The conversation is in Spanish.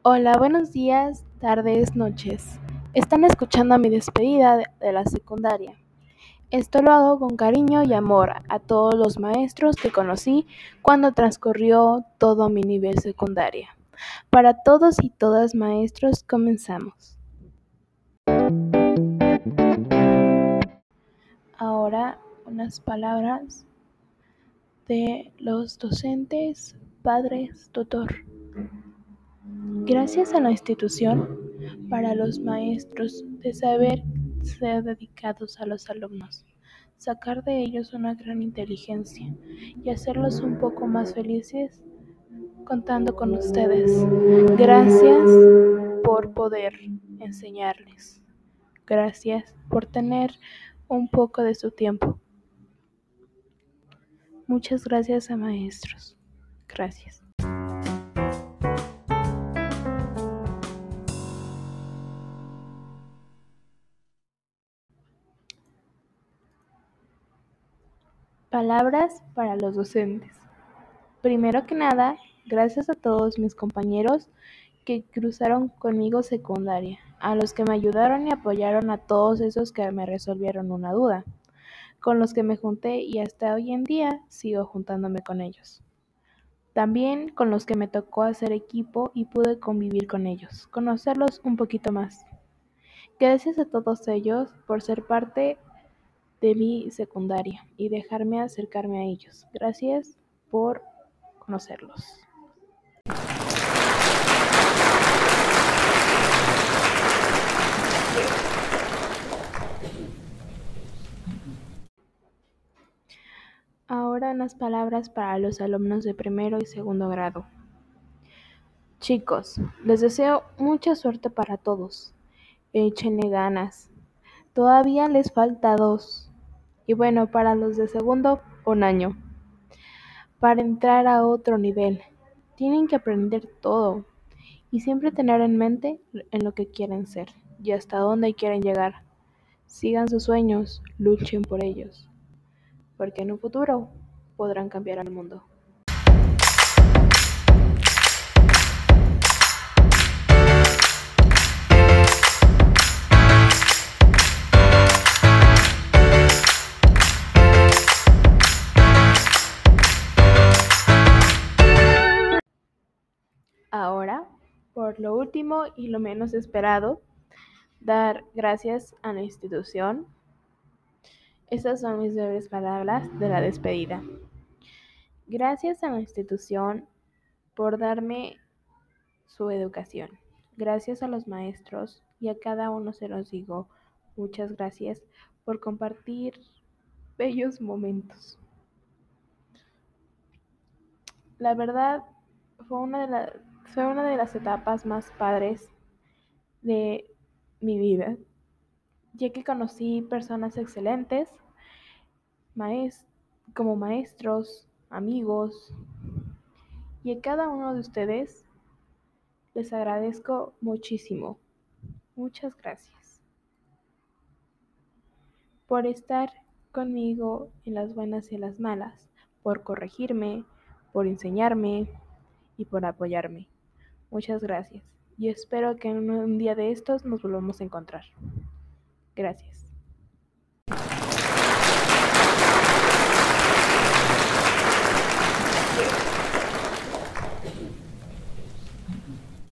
Hola, buenos días, tardes, noches. Están escuchando mi despedida de la secundaria. Esto lo hago con cariño y amor a todos los maestros que conocí cuando transcurrió todo mi nivel secundaria. Para todos y todas maestros, comenzamos. Ahora unas palabras de los docentes, padres, tutor. Gracias a la institución, para los maestros de saber ser dedicados a los alumnos, sacar de ellos una gran inteligencia y hacerlos un poco más felices contando con ustedes. Gracias por poder enseñarles. Gracias por tener un poco de su tiempo. Muchas gracias a maestros. Gracias. Palabras para los docentes. Primero que nada, gracias a todos mis compañeros que cruzaron conmigo secundaria, a los que me ayudaron y apoyaron, a todos esos que me resolvieron una duda, con los que me junté y hasta hoy en día sigo juntándome con ellos. También con los que me tocó hacer equipo y pude convivir con ellos, conocerlos un poquito más. Gracias a todos ellos por ser parte de mi secundaria y dejarme acercarme a ellos. Gracias por conocerlos. Ahora unas palabras para los alumnos de primero y segundo grado. Chicos, les deseo mucha suerte para todos. Échenle ganas. Todavía les falta 2. Y bueno, para los de segundo, 1 año. Para entrar a otro nivel, tienen que aprender todo y siempre tener en mente en lo que quieren ser y hasta dónde quieren llegar. Sigan sus sueños, luchen por ellos, porque en un futuro podrán cambiar al mundo. Ahora, por lo último y lo menos esperado, dar gracias a la institución. Estas son mis breves palabras de la despedida. Gracias a la institución por darme su educación. Gracias a los maestros y a cada uno se los digo muchas gracias por compartir bellos momentos. La verdad fue una de las etapas más padres de mi vida, ya que conocí personas excelentes, como maestros, amigos, y a cada uno de ustedes les agradezco muchísimo. Muchas gracias por estar conmigo en las buenas y en las malas, por corregirme, por enseñarme y por apoyarme. Muchas gracias. Y espero que en un día de estos nos volvamos a encontrar. Gracias.